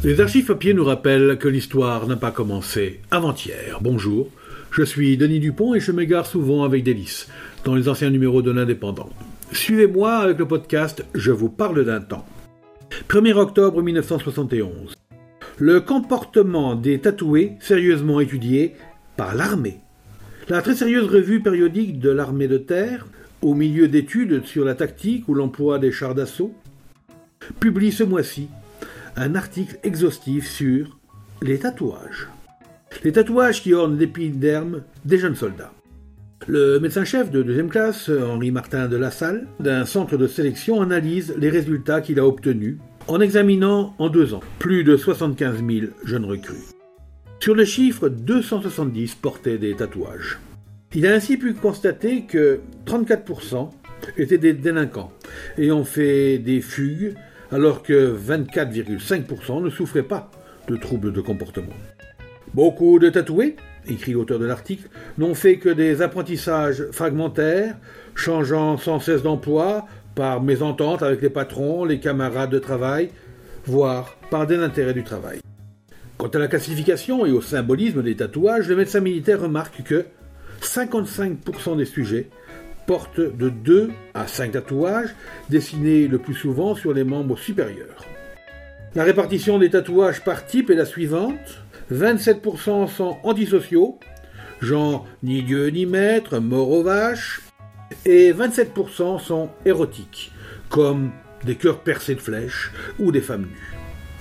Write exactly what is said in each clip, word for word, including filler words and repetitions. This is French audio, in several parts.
Les archives papier nous rappellent que l'histoire n'a pas commencé avant-hier. Bonjour, je suis Denis Dupont et je m'égare souvent avec délice dans les anciens numéros de l'Indépendant. Suivez-moi avec le podcast « Je vous parle d'un temps ». premier octobre mille neuf cent soixante et onze. Le comportement des tatoués sérieusement étudié par l'armée. La très sérieuse revue périodique de l'armée de terre, au milieu d'études sur la tactique ou l'emploi des chars d'assaut, publie ce mois-ci un article exhaustif sur les tatouages. Les tatouages qui ornent l'épiderme des jeunes soldats. Le médecin-chef de deuxième classe, Henri Martin de Lassalle, d'un centre de sélection, analyse les résultats qu'il a obtenus en examinant en deux ans plus de soixante-quinze mille jeunes recrues. Sur le chiffre, deux cent soixante-dix portaient des tatouages. Il a ainsi pu constater que trente-quatre pour cent étaient des délinquants ayant fait des fugues, alors que vingt-quatre virgule cinq pour cent ne souffraient pas de troubles de comportement. Beaucoup de tatoués, écrit l'auteur de l'article, n'ont fait que des apprentissages fragmentaires, changeant sans cesse d'emploi, par mésentente avec les patrons, les camarades de travail, voire par désintérêt du travail. Quant à la classification et au symbolisme des tatouages, le médecin militaire remarque que cinquante-cinq pour cent des sujets portent de deux à cinq tatouages, dessinés le plus souvent sur les membres supérieurs. La répartition des tatouages par type est la suivante. vingt-sept pour cent sont antisociaux, genre ni Dieu ni maître, mort aux vaches, et vingt-sept pour cent sont érotiques, comme des cœurs percés de flèches ou des femmes nues.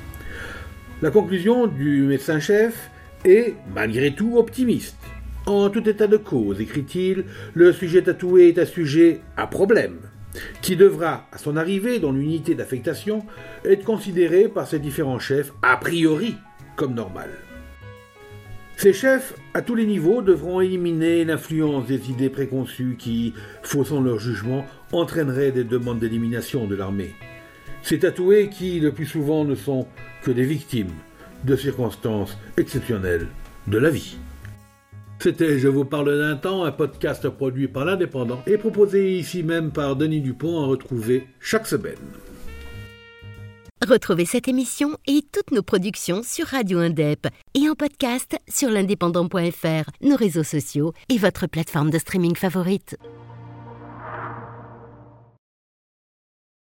La conclusion du médecin-chef est, malgré tout, optimiste. En tout état de cause, écrit-il, le sujet tatoué est un sujet à problème, qui devra, à son arrivée dans l'unité d'affectation, être considéré par ses différents chefs a priori comme normal. Ces chefs, à tous les niveaux, devront éliminer l'influence des idées préconçues qui, faussant leur jugement, entraîneraient des demandes d'élimination de l'armée. Ces tatoués qui, le plus souvent, ne sont que des victimes de circonstances exceptionnelles de la vie. C'était Je vous parle d'un temps, un podcast produit par l'Indépendant et proposé ici même par Denis Dupont à retrouver chaque semaine. Retrouvez cette émission et toutes nos productions sur Radio Indep et en podcast sur l'indépendant point f r, nos réseaux sociaux et votre plateforme de streaming favorite.